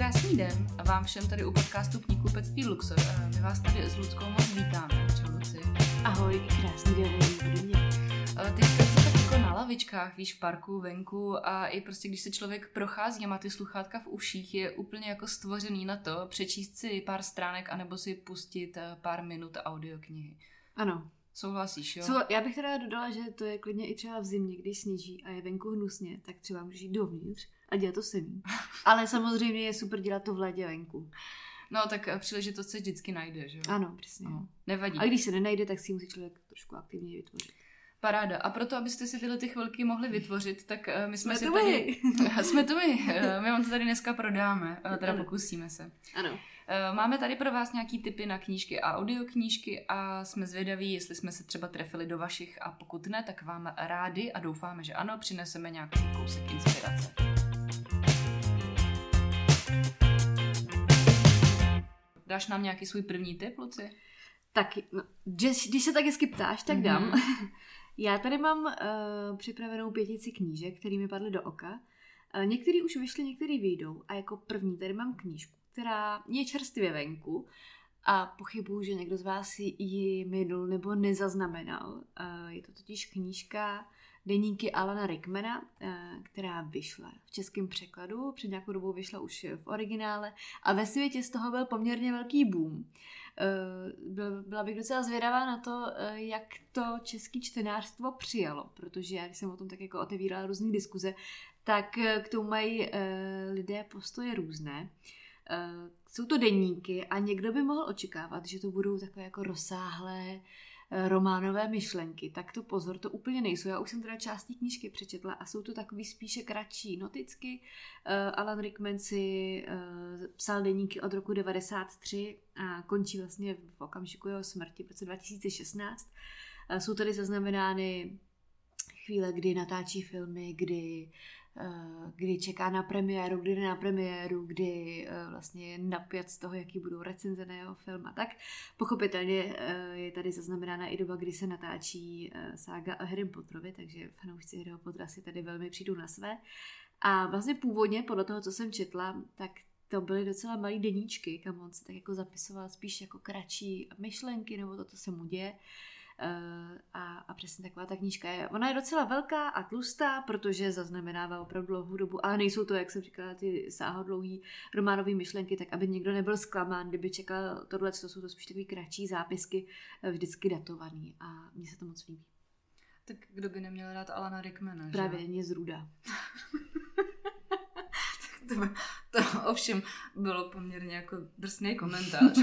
Krásný den a vám všem tady u podcastu Knihkupectví Luxor. My vás tady s Luckou moc vítáme. Čau, Luci. Ahoj, krásný den, ode mě. Teďka to tak jako na lavičkách, víš, v parku, venku a i prostě, když se člověk prochází a má ty sluchátka v uších, je úplně jako stvořený na to přečíst si pár stránek anebo si pustit pár minut audioknihy. Ano. Souhlasíš, jo? Já bych teda dodala, že to je klidně i třeba v zimě, když sněží a je venku hnusně, tak třeba můžeš jít dovnitř a dělat to samý. Ale samozřejmě je super dělat to v létě venku. No, tak příležitost se vždycky najde, že jo? Ano, přesně. No, nevadí. A když se nenajde, tak si musí člověk trošku aktivně vytvořit. Paráda. A proto, abyste si tyhle ty chvilky mohli vytvořit, tak my jsme si to tady... Jsme to my vám to tady dneska prodáme, teda ano. Pokusíme se. Ano. Máme tady pro vás nějaký tipy na knížky a audioknížky a jsme zvědaví, jestli jsme se třeba trefili do vašich a pokud ne, tak vám rádi a doufáme, že ano, přineseme nějaký kousek inspirace. Dáš nám nějaký svůj první tip, Luci? Tak, no, když se tak hezky ptáš, tak dám. Já tady mám připravenou 5 knížek, které mi padly do oka. Některé už vyšly, některé vyjdou. A jako první tady mám knížku, která je čerstvě venku a pochybuju, že někdo z vás ji minul nebo nezaznamenal. Je to totiž knížka Deníky Alana Rickmana, která vyšla v českém překladu. Před nějakou dobou vyšla už v originále a ve světě z toho byl poměrně velký boom. Byla bych docela zvědavá na to, jak to české čtenářstvo přijalo, protože já, když jsem o tom tak jako otevírala různé diskuze, tak k tomu mají lidé postoje různé. Jsou to deníky a někdo by mohl očekávat, že to budou takové jako rozsáhlé románové myšlenky. Tak to pozor, to úplně nejsou. Já už jsem teda část té knížky přečetla a jsou to takový spíše kratší noticky. Alan Rickman si psal deníky od roku 1993 a končí vlastně v okamžiku jeho smrti v roce 2016. Jsou tady zaznamenány chvíle, kdy natáčí filmy, kdy čeká na premiéru, kdy jde na premiéru, kdy vlastně je napjat z toho, jaký budou recenze na jeho film a tak. Pochopitelně je tady zaznamenána i doba, kdy se natáčí sága o Harrym Potterovi, takže fanoušci Harryho Pottera si tady velmi přijdou na své. A vlastně původně, podle toho, co jsem četla, tak to byly docela malý deníčky, kam on se tak jako zapisoval spíš jako kratší myšlenky nebo to, co se mu děje. A přesně taková ta knížka je. Ona je docela velká a tlustá, protože zaznamenává opravdu dlouhou dobu, ale nejsou to, jak jsem říkala, ty sáhodlouhý románové myšlenky, tak aby někdo nebyl zklamán, kdyby čekal tohle, to jsou to spíš takový kratší zápisky, vždycky datovaný a mně se to moc líbí. Tak kdo by neměl rád Alana Rickmana, že? Právě, Nězruda. To ovšem bylo poměrně jako drsný komentář.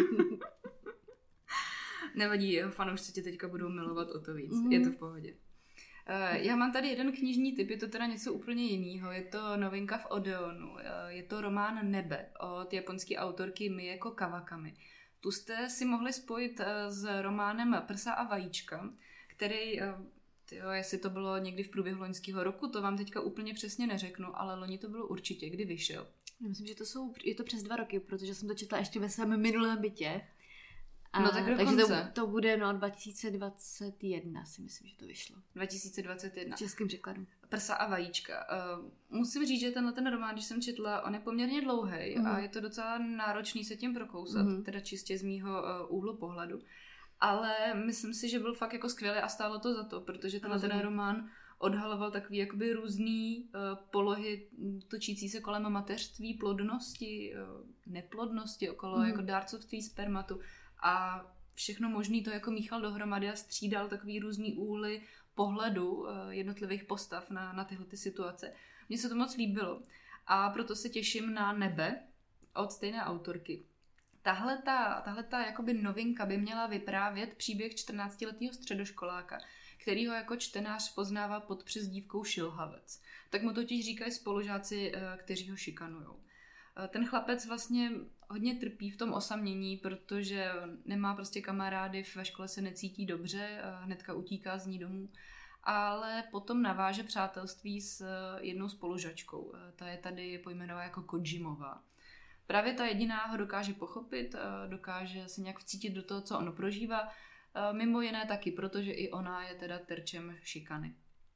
Nevadí, jeho fanoušci tě teďka budou milovat o to víc. Je to v pohodě. Já mám tady jeden knižní tip, je to teda něco úplně jiného. Je to novinka v Odeonu. Je to román Nebe od japonské autorky Mieko Kawakami. Tu jste si mohli spojit s románem Prsa a vajíčka, který, jestli to bylo někdy v průběhu loňského roku, to vám teďka úplně přesně neřeknu, ale loni to bylo určitě, kdy vyšel. Myslím, že je to přes 2 roky, protože jsem to četla ještě ve svém minulém bytě. No tak takže to bude 2021, si myslím, že to vyšlo. 2021. V českém překladu. Prsa a vajíčka. Musím říct, že ten román, když jsem četla, on je poměrně dlouhý a je to docela náročný se tím prokousat, teda čistě z mýho úhlu pohledu. Ale myslím si, že byl fakt jako skvělý a stálo to za to, protože ten román odhaloval takový jakoby různý polohy točící se kolem mateřství, plodnosti, neplodnosti, okolo jako dárcovství spermatu. A všechno možný to jako míchal dohromady a střídal takový různý úhly pohledu jednotlivých postav na tyhle ty situace. Mně se to moc líbilo a proto se těším na Nebe od stejné autorky. Tahleta jakoby novinka by měla vyprávět příběh 14letého středoškoláka, kterýho jako čtenář poznává pod přezdívkou Šilhavec. Tak mu totiž říkají spolužáci, kteří ho šikanujou. Ten chlapec vlastně hodně trpí v tom osamění, protože nemá prostě kamarády, ve škole se necítí dobře, hnedka utíká z ní domů, ale potom naváže přátelství s jednou spolužačkou. Ta je tady pojmenovaná jako Kojimová. Právě ta jediná ho dokáže pochopit, dokáže se nějak vcítit do toho, co ono prožívá, mimo jiné taky, protože i ona je teda terčem šikany.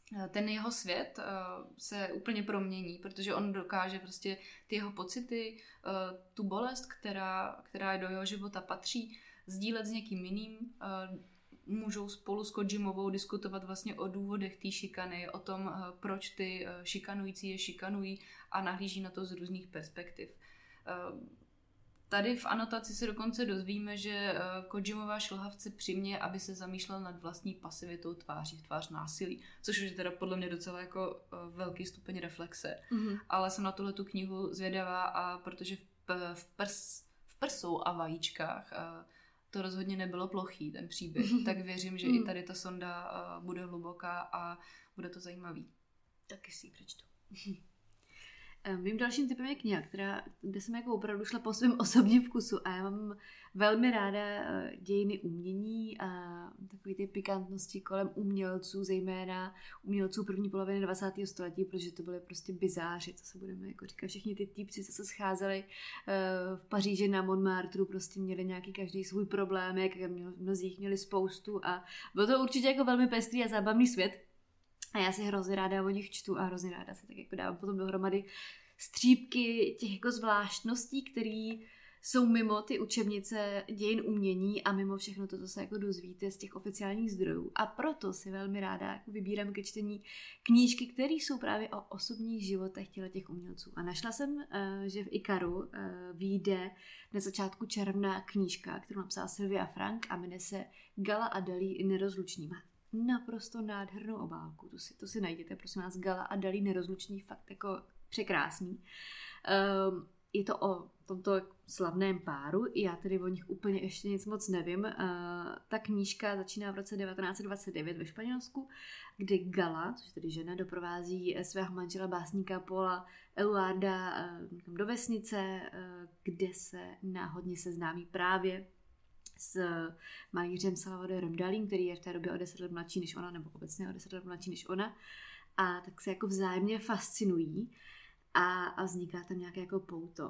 ten jeho svět se úplně promění, protože on dokáže prostě ty jeho pocity, tu bolest, která do jeho života patří, sdílet s někým jiným, můžou spolu s Kojimovou diskutovat vlastně o důvodech té šikany, o tom, proč ty šikanující je šikanují a nahlíží na to z různých perspektiv. Tady v anotaci se dokonce dozvíme, že Kojimova šlhavce přiměje, aby se zamýšlel nad vlastní pasivitou tváří v tvář násilí, což už je teda podle mě docela jako velký stupeň reflexe. Ale jsem na tuhletu knihu zvědavá a protože v prsou a vajíčkách to rozhodně nebylo plochý, ten příběh, tak věřím, že i tady ta sonda bude hluboká a bude to zajímavý. Taky si ji přečtu. Mým dalším typem je kniha, kde jsem jako opravdu šla po svém osobním vkusu a já mám velmi ráda dějiny umění a takové ty pikantnosti kolem umělců, zejména umělců první poloviny 20. století, protože to byly prostě bizáři, co se budeme jako říkat, všichni ty týpci, co se scházeli v Paříži na Montmartru, prostě měli nějaký každý svůj problémek, mnozí měli spoustu a bylo to určitě jako velmi pestrý a zábavný svět. A já si hrozně ráda o nich čtu a hrozně ráda se tak jako dávám potom dohromady střípky těch jako zvláštností, které jsou mimo ty učebnice dějin umění a mimo všechno to, co se jako dozvíte z těch oficiálních zdrojů. A proto si velmi ráda jako vybírám ke čtení knížky, které jsou právě o osobních životech těch umělců. A našla jsem, že v Ikaru vyjde na začátku června knížka, kterou napsala Sylvia Frank a jmenuje se Gala a Dalí nerozluční. Naprosto nádhernou obálku. To si najděte, prosím vás, Gala a Dalí nerozluční, fakt jako překrásný. Je to o tomto slavném páru, já tedy o nich úplně ještě nic moc nevím. Ta knížka začíná v roce 1929 ve Španělsku, kdy Gala, což je tedy žena, doprovází svého manžela básníka Paula Eluarda do vesnice, kde se náhodně seznámí právě s malířem Salvadorem Dalím, který je v té době o 10 let mladší než ona, nebo obecně o 10 let mladší než ona. A tak se jako vzájemně fascinují a vzniká tam nějaké jako pouto.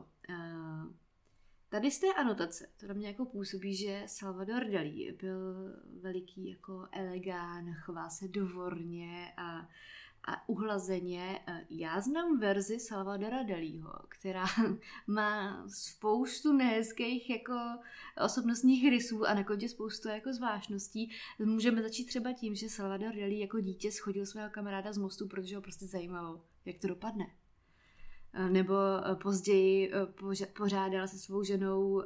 Tady z té anotace to na mě jako působí, že Salvador Dalí byl veliký jako elegán, chová se dvorně a uhlazeně. Já znám verzi Salvadora Dalího, která má spoustu nehezkých jako osobnostních rysů a na kontě spoustu jako zvláštností. Můžeme začít třeba tím, že Salvador Dalí jako dítě shodil svého kamaráda z mostu, protože ho prostě zajímalo, jak to dopadne. Nebo později pořádal se svou ženou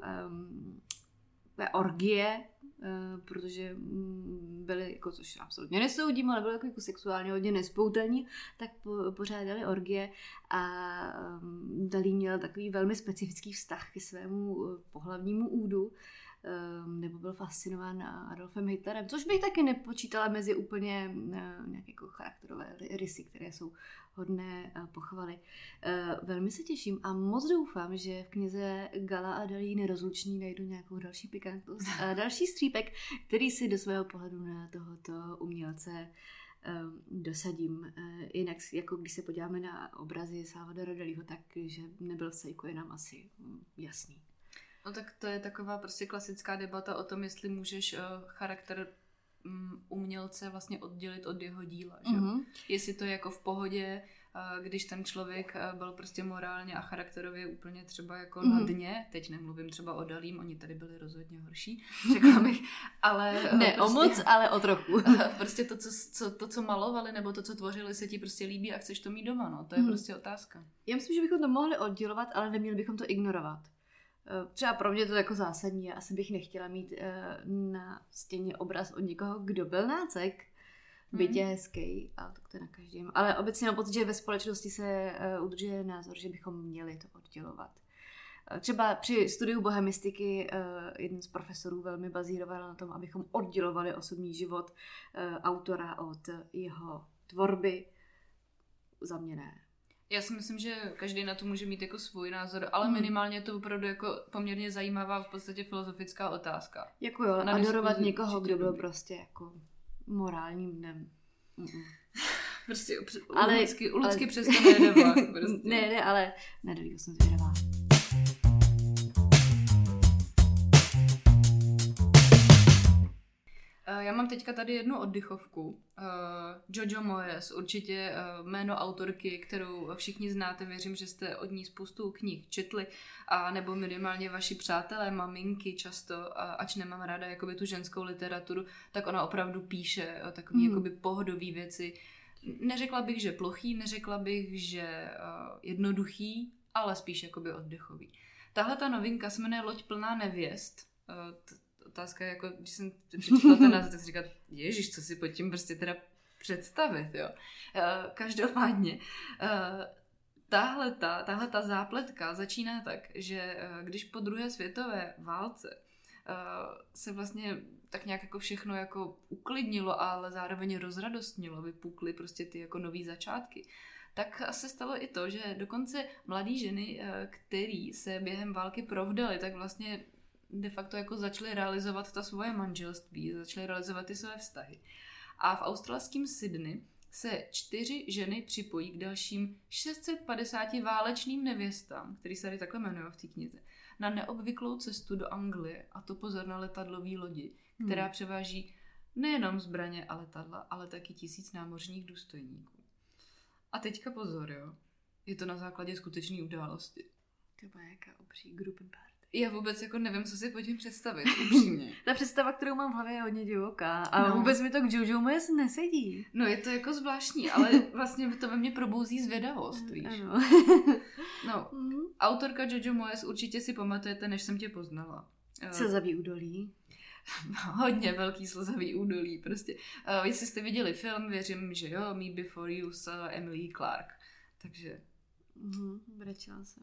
orgie, protože byli, jako, což absolutně nesoudím, ale byli jako sexuálně hodně nespoutaní, tak pořádali orgie a Dalí měl takový velmi specifický vztah ke svému pohlavnímu údu, nebo byl fascinován Adolfem Hitlerem, což bych taky nepočítala mezi úplně nějaké jako charakterové rysy, které jsou hodné pochvaly. Velmi se těším a moc doufám, že v knize Gala a Dalí nerozluční najdu nějakou další pikantnost a další střípek, který si do svého pohledu na tohoto umělce dosadím. Jinak, jako když se podíváme na obrazy Salvadora Dalího, takže nebyl v cejku, je nám asi jasný. No tak to je taková prostě klasická debata o tom, jestli můžeš charakter umělce vlastně oddělit od jeho díla. Že? Mm-hmm. Jestli to je jako v pohodě, když ten člověk byl prostě morálně a charakterově úplně třeba jako na dně, teď nemluvím třeba o Dalím, oni tady byli rozhodně horší, řekla bych, ale... Ne prostě, o moc, ale o trochu. Prostě to, co malovali, nebo to, co tvořili, se ti prostě líbí a chceš to mít doma, no, to je prostě otázka. Já myslím, že bychom to mohli oddělovat, ale neměli bychom to ignorovat. Třeba pro mě to jako zásadní, asi bych nechtěla mít na stěně obraz od někoho, kdo byl nácek, byť je hezký, ale tak to je na každém. Ale obecně mám pocit, že ve společnosti se udržuje názor, že bychom měli to oddělovat. Třeba při studiu bohemistiky jeden z profesorů velmi bazíroval na tom, abychom oddělovali osobní život autora od jeho tvorby. Za mě ne. Já si myslím, že každý na to může mít jako svůj názor, ale minimálně je to opravdu jako poměrně zajímavá v podstatě filozofická otázka. Jako jo, adorovat někoho, kdo byl prostě jako morálním dnem. Prostě u lidsky přesto nejde vlak. Prostě. Ne, ale na Dalího jsem zvědavá. Já mám teďka tady jednu oddychovku. Jojo Moyes, určitě jméno autorky, kterou všichni znáte, věřím, že jste od ní spoustu knih četli, a nebo minimálně vaši přátelé, maminky často, ač nemám ráda jakoby tu ženskou literaturu, tak ona opravdu píše takové jakoby pohodové věci. Neřekla bych, že plochý, neřekla bych, že jednoduchý, ale spíš jakoby oddechový. Tahle ta novinka se jmenuje Loď plná nevěst. Otázka je, jako, když jsem přečetla ten název, tak si říkala, ježiš, co si pod tím prostě teda představit, jo. Každopádně, tahle ta zápletka začíná tak, že když po druhé světové válce se vlastně tak nějak jako všechno jako uklidnilo, ale zároveň rozradostnilo, vypukly prostě ty jako nový začátky, tak se stalo i to, že dokonce mladý ženy, který se během války provdaly, tak vlastně de facto jako začaly realizovat ta svoje manželství, začaly realizovat ty své vztahy. A v australském Sydney se 4 ženy připojí k dalším 650 válečným nevěstám, který se tady takhle jmenují v té knize, na neobvyklou cestu do Anglie, a to pozor na letadlový lodi, která převáží nejenom zbraně a letadla, ale taky 1000 námořních důstojníků. A teďka pozor, jo. Je to na základě skutečné události. To byla jaká obří gruppen party. Já vůbec jako nevím, co si pod tím představit, upřímně. Ta představa, kterou mám v hlavě, je hodně divoká. A vůbec mi to k Jojo Moyes nesedí. No, je to jako zvláštní, ale vlastně to ve mně probouzí zvědavost, víš. Ano. No, autorka Jojo Moyes určitě si pamatujete, než jsem tě poznala. Slzavý údolí. Hodně velký slzavý údolí, prostě. Jestli jste viděli film, věřím, že jo, Me Before You s Emily Clark. Takže... brečela jsem.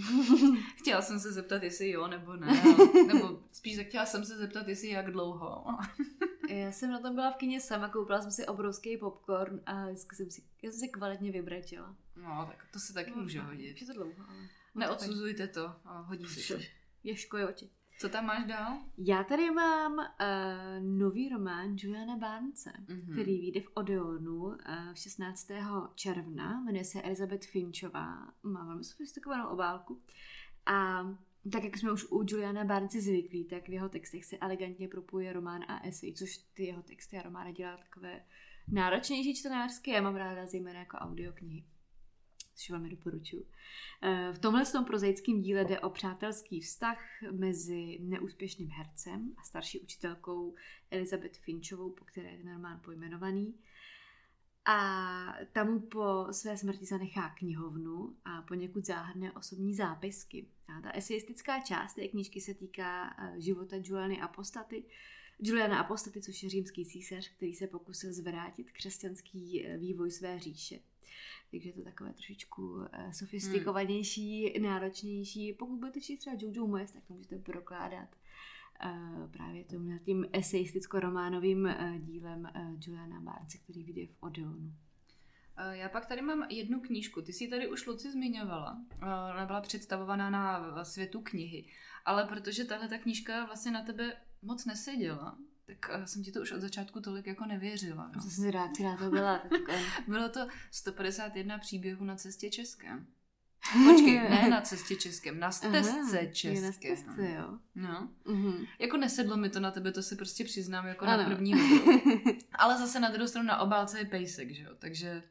Chtěla jsem se zeptat, jestli jo nebo ne, nebo spíš chtěla jsem se zeptat, jestli jak dlouho. Já jsem na tom byla v kině sama, koupila jsem si obrovský popcorn a já jsem si kvalitně vybrečela. No, tak to se taky může hodit. Je to dlouho, ale... Neodsuzujte to, hodí se to. Ježkoj oči. Co tam máš dál? Já tady mám nový román Juliana Barnese, který vyjde v Odeonu 16. června. Jmenuje se Elizabeth Finchová. Má velmi sofistikovanou obálku. A tak, jak jsme už u Juliana Barnese zvyklí, tak v jeho textech se elegantně propojuje román a esej, což ty jeho texty a romány dělá takové náročnější čtenářské. Já mám ráda zejména jako audioknihy, což velmi doporučuji. V tomhle prozaickém díle jde o přátelský vztah mezi neúspěšným hercem a starší učitelkou Elizabeth Finchovou, po které je ten román pojmenovaný. A tam mu po své smrti zanechá knihovnu a poněkud záhadné osobní zápisky. A ta eseistická část té knížky se týká života Juliana Apostaty, což je římský císař, který se pokusil zvrátit křesťanský vývoj své říše. Takže je to takové trošičku sofistikovanější, náročnější. Pokud budete číst třeba Jojo Moyes, tak to můžete prokládat právě tím eseisticko-románovým dílem Juliana Barnese, který vyjde v Odeonu. Já pak tady mám jednu knížku. Ty jsi tady už, Luci, zmiňovala. Ona byla představovaná na Světu knihy. Ale protože tahle ta knížka vlastně na tebe moc neseděla, tak jsem ti to už od začátku tolik jako nevěřila. To jsem rád, která to byla. Bylo to 151 příběhů na cestě českém. Počkej, ne na cestě českém, na stezce českém. Na stezce, jo. No. Jako nesedlo mi to na tebe, to si prostě přiznám jako na první dobrou. Ale zase na druhou stranu na obálce je pejsek, že jo, takže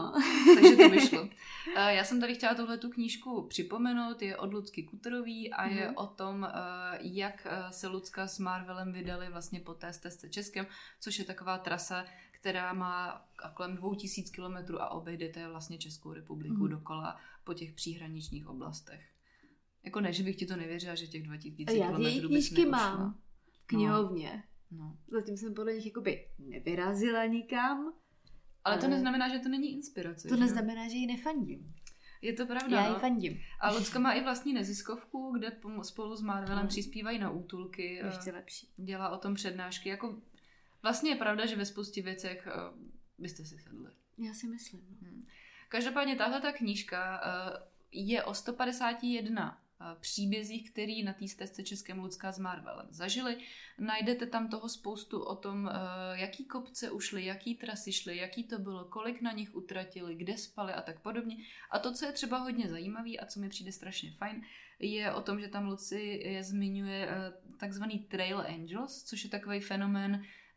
to vyšlo. Já jsem tady chtěla tuhletu knížku připomenout, je od Lucky Kuterový a je o tom, jak se Lucka s Marvelem vydali vlastně po té stezce českém, což je taková trasa, která má kolem 2000 kilometrů a obejdete vlastně Českou republiku dokola po těch příhraničních oblastech. Jako ne, že bych ti to nevěřila, že těch 2000 kilometrů bys knížky mám v knihovně. No. Zatím jsem podle nich jakoby nevyrazila nikam. Ale to neznamená, že to není inspirace. To neznamená, že ji nefandím. Je to pravda. Já ji fandím. A Lucka má i vlastní neziskovku, kde spolu s Marvelem přispívají na útulky. Ještě lepší. Dělá o tom přednášky. Jako vlastně je pravda, že ve spoustě věcech byste si sedli. Já si myslím. Každopádně tahle ta knížka je o 151 příbězích, který na té stezce českém Lucka s Marvelem zažili. Najdete tam toho spoustu o tom, jaký kopce ušli, jaký trasy šly, jaký to bylo, kolik na nich utratili, kde spali a tak podobně. A to, co je třeba hodně zajímavý a co mi přijde strašně fajn, je o tom, že tam Luci zmiňuje takzvaný Trail Angels, což je takový fenomén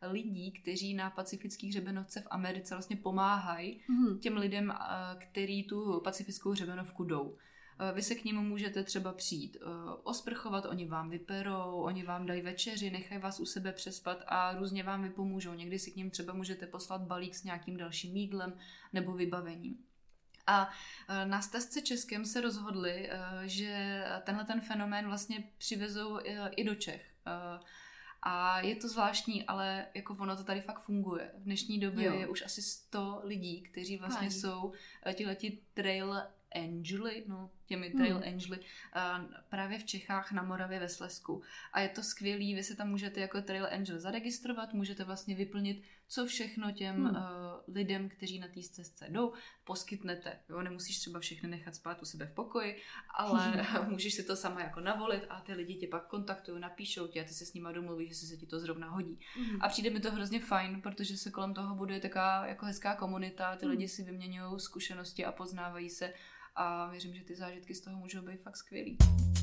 lidí, kteří na pacifických hřebenovce v Americe vlastně pomáhají těm lidem, který tu pacifickou hřebenovku jdou. Vy se k nim můžete třeba přijít osprchovat, oni vám vyperou, oni vám dají večeři, nechají vás u sebe přespat a různě vám vypomůžou. Někdy si k nim třeba můžete poslat balík s nějakým dalším jídlem nebo vybavením. A na stezce Českém se rozhodli, že tenhle ten fenomén vlastně přivezou i do Čech. A je to zvláštní, ale jako ono to tady fakt funguje. V dnešní době je už asi 100 lidí, kteří vlastně jsou tihleti trail angely, těmi trail angely, právě v Čechách, na Moravě, ve Slezsku. A je to skvělý, vy se tam můžete jako trail angel zaregistrovat, můžete vlastně vyplnit, co všechno těm lidem, kteří na té stezce jdou, poskytnete. Jo, nemusíš třeba všechny nechat spát u sebe v pokoji, ale můžeš si to sama jako navolit a ty lidi tě pak kontaktují, napíšou ti a ty se s nima domluvíš, že se ti to zrovna hodí. A přijde mi to hrozně fajn, protože se kolem toho buduje taková jako hezká komunita, ty lidi si vyměňují zkušenosti a poznávají se a věřím, že ty zážitky z toho můžou být fakt skvělý.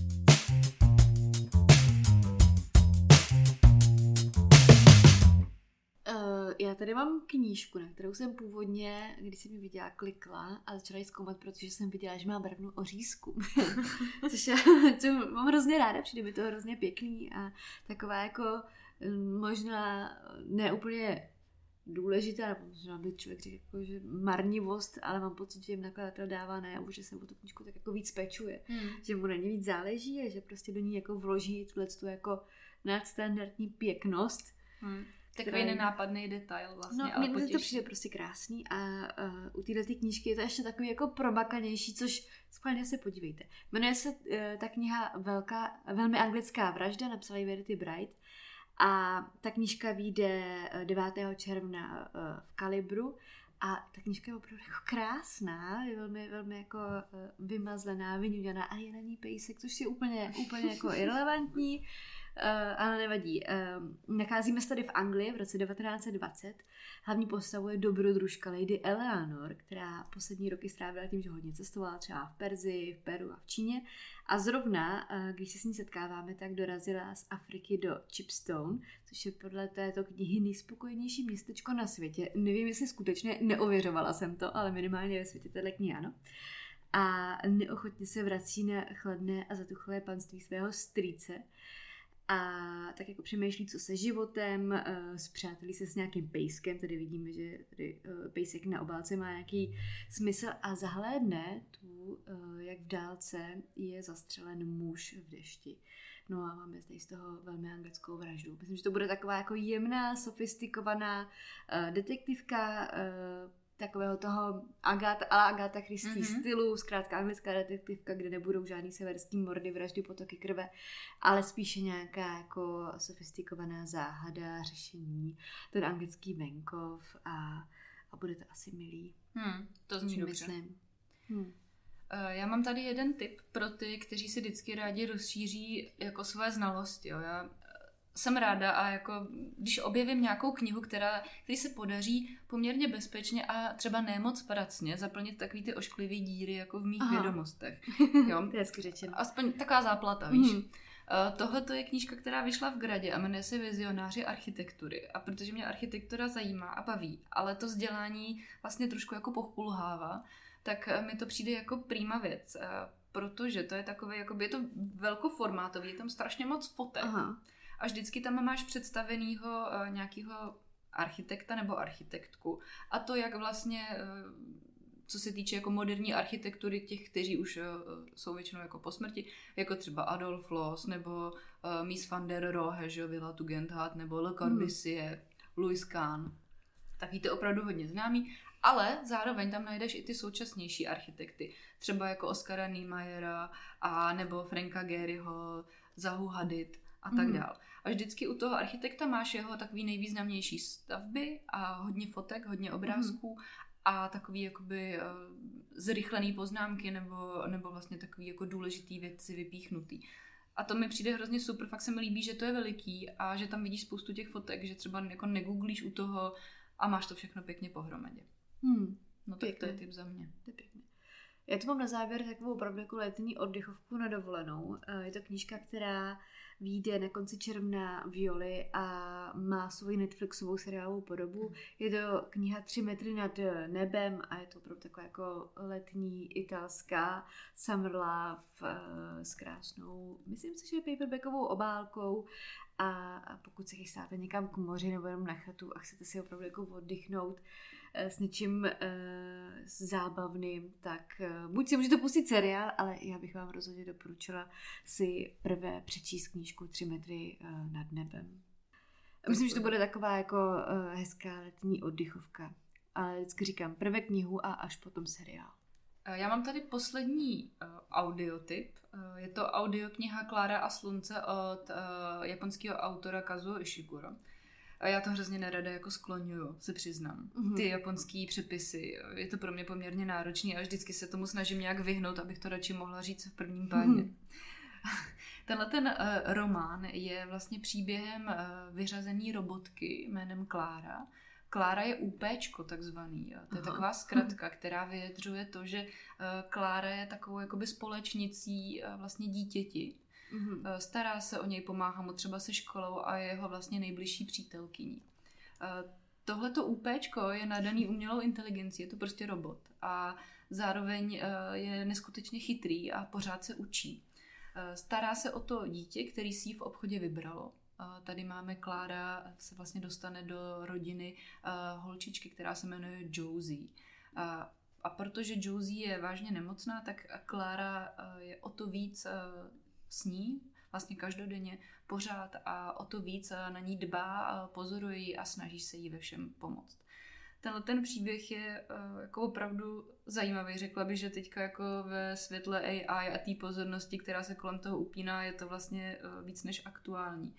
Já tady mám knížku, na kterou jsem původně, když jsem ji viděla, klikla a začala ji zkoumat, protože jsem viděla, že má barvnu ořízku. Což mám hrozně ráda, přijde mi to hrozně pěkný a taková jako možná neúplně důležitá, nebo možná by člověk řekl, jako, že marnivost, ale mám pocit, že jim nakladatel dává najevo, že se o tu knížku tak jako víc pečuje, že mu na ní víc záleží a že prostě do ní jako vloží tu jako nadstandardní pěknost. Takový nenápadný detail vlastně. No, mně to přijde prostě krásný a u této knížky je to ještě takový jako probakanější, což schválně se podívejte. Jmenuje se ta kniha velmi anglická vražda, napsala ji Verity Bright a ta knížka vyjde 9. června v Kalibru a ta knížka je opravdu jako krásná, je velmi, velmi jako vymazlená, vyňuňaná a je na ní pejsek, což je úplně jako irelevantní. Ale nevadí. Nacházíme se tady v Anglii v roce 1920. Hlavní postavou je dobrodružka Lady Eleanor, která poslední roky strávila tím, že hodně cestovala třeba v Perzii, v Peru a v Číně. A zrovna, když se s ní setkáváme, tak dorazila z Afriky do Chipstone, což je podle této knihy nejspokojenější městečko na světě. Nevím, jestli skutečně neověřovala jsem to, ale minimálně ve světě téhle knihy ano. A neochotně se vrací na chladné a zatuchlé panství svého strýce. A tak jako přemýšlí, co se životem, spřátelí se s nějakým pejskem, tady vidíme, že tady pejsek na obálce má nějaký smysl a zahlédne tu, jak v dálce je zastřelen muž v dešti. No a máme tady z toho velmi anglickou vraždu. Myslím, že to bude taková jako jemná, sofistikovaná detektivka, takového toho Agatha Christie stylu, zkrátka anglická detektivka, kde nebudou žádný severský mordy, vraždy, potoky krve, ale spíše nějaká jako sofistikovaná záhada, řešení, ten anglický venkov a bude to asi milý. To zní dobře. Já mám tady jeden tip pro ty, kteří si vždycky rádi rozšíří jako svoje znalosti. Jo. Já jsem ráda a jako když objevím nějakou knihu, který se podaří poměrně bezpečně a třeba nemoc pracně zaplnit takový ty ošklivý díry jako v mých vědomostech. Jo? To je hezky řečeno. Aspoň taková záplata, víš. Tohle to je knížka, která vyšla v Gradě a jmenuje se Vizionáři architektury. A protože mě architektura zajímá a baví, ale to vzdělání vlastně trošku jako pokulhává, tak mi to přijde jako prima věc. Protože to je takové, jakoby je to velkoformátový, je tam strašně moc fotek. A vždycky tam máš představenýho nějakého architekta nebo architektku. A to, jak vlastně, co se týče jako moderní architektury těch, kteří už jsou většinou jako po smrti, jako třeba Adolf Loos nebo Mies van der Rohe, Villa Tugendhat, nebo Le Corbusier, Louis Kahn. Tak to opravdu hodně známý. Ale zároveň tam najdeš i ty současnější architekty. Třeba jako Oskara Niemeyera a nebo Franka Gehryho, Zahu Hadid a tak dál. A vždycky u toho architekta máš jeho takový nejvýznamnější stavby a hodně fotek, hodně obrázků a takový jakoby zrychlený poznámky nebo vlastně takový jako důležitý věci vypíchnutý. A to mi přijde hrozně super, fakt se mi líbí, že to je veliký a že tam vidíš spoustu těch fotek, že třeba jako negooglíš u toho a máš to všechno pěkně pohromadě. No tak to je tip za mě. To je pěkné. Já tu mám na závěr takovou opravdu jako letní oddechovku na dovolenou. Je to knížka, která vyjde na konci června v Joli a má svoji Netflixovou seriálovou podobu. Je to kniha 3 metry nad nebem a je to opravdu taková jako letní italská summer love s krásnou, myslím si, že paperbackovou obálkou. A pokud se chystáte někam k moři nebo jenom na chatu a chcete si opravdu jako oddychnout s něčím zábavným, tak buď si můžete pustit seriál, ale já bych vám rozhodně doporučila si prvé přečíst knížku 3 metry nad nebem. Myslím, že to bude taková jako hezká letní oddychovka. Ale vždycky říkám prvé knihu a až potom seriál. Já mám tady poslední audiotyp. Je to audiokniha Klára a slunce od japonského autora Kazuo Ishiguro. Já to hrozně nerada jako skloňuju, se přiznám. Ty japonský přepisy, je to pro mě poměrně náročný a vždycky se tomu snažím nějak vyhnout, abych to radši mohla říct v prvním pádě. Tenhle román je vlastně příběhem vyřazený robotky jménem Klára. Klára je UPčko takzvaný. To je taková zkratka, která vyjadřuje to, že Klára je takovou jakoby společnicí vlastně dítěti. Stará se o něj, pomáhá mu třeba se školou a je jeho vlastně nejbližší přítelkyní. Tohleto UPčko je nadaný umělou inteligencí, je to prostě robot a zároveň je neskutečně chytrý a pořád se učí. Stará se o to dítě, který si ji v obchodě vybralo. Tady máme Klára, se vlastně dostane do rodiny holčičky, která se jmenuje Josie. A protože Josie je vážně nemocná, tak Klára je o to víc s ní, vlastně každodenně pořád a o to víc na ní dbá, pozoruje ji a snaží se jí ve všem pomoct. Ten příběh je jako opravdu zajímavý. Řekla bych, že teďka jako ve světle AI a té pozornosti, která se kolem toho upíná, je to vlastně víc než aktuální.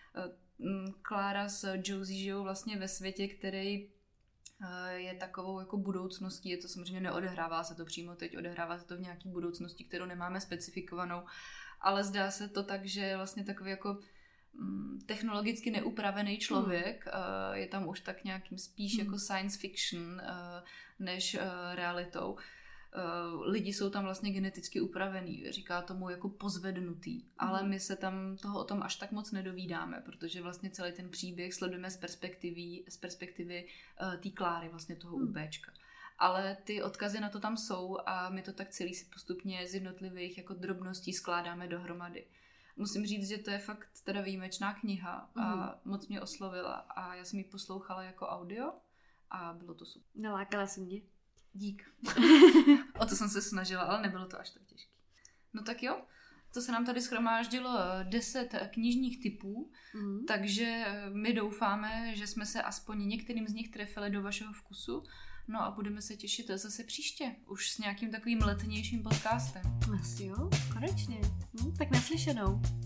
Klára s Josie žijou vlastně ve světě, který je takovou jako budoucností. Je to samozřejmě neodehrává se to přímo teď, odehrává se to v nějaký budoucnosti, kterou nemáme specifikovanou, ale zdá se to tak, že je vlastně takový jako technologicky neupravený člověk. Je tam už tak nějakým spíš jako science fiction než realitou. Lidi jsou tam vlastně geneticky upravený, říká tomu jako pozvednutý, ale my se tam toho o tom až tak moc nedovídáme, protože vlastně celý ten příběh sledujeme z perspektivy té Kláry, vlastně toho UPčka. Ale ty odkazy na to tam jsou a my to tak celý si postupně z jednotlivých jako drobností skládáme dohromady. Musím říct, že to je fakt teda výjimečná kniha a moc mě oslovila a já jsem ji poslouchala jako audio a bylo to super. Nalákala jsem mě. Dík. O to jsem se snažila, ale nebylo to až tak těžké. No tak jo, to se nám tady shromáždilo 10 knižních typů, takže my doufáme, že jsme se aspoň některým z nich trefili do vašeho vkusu. No a budeme se těšit zase příště, už s nějakým takovým letnějším podcastem. Asi jo, konečně. Tak naslyšenou.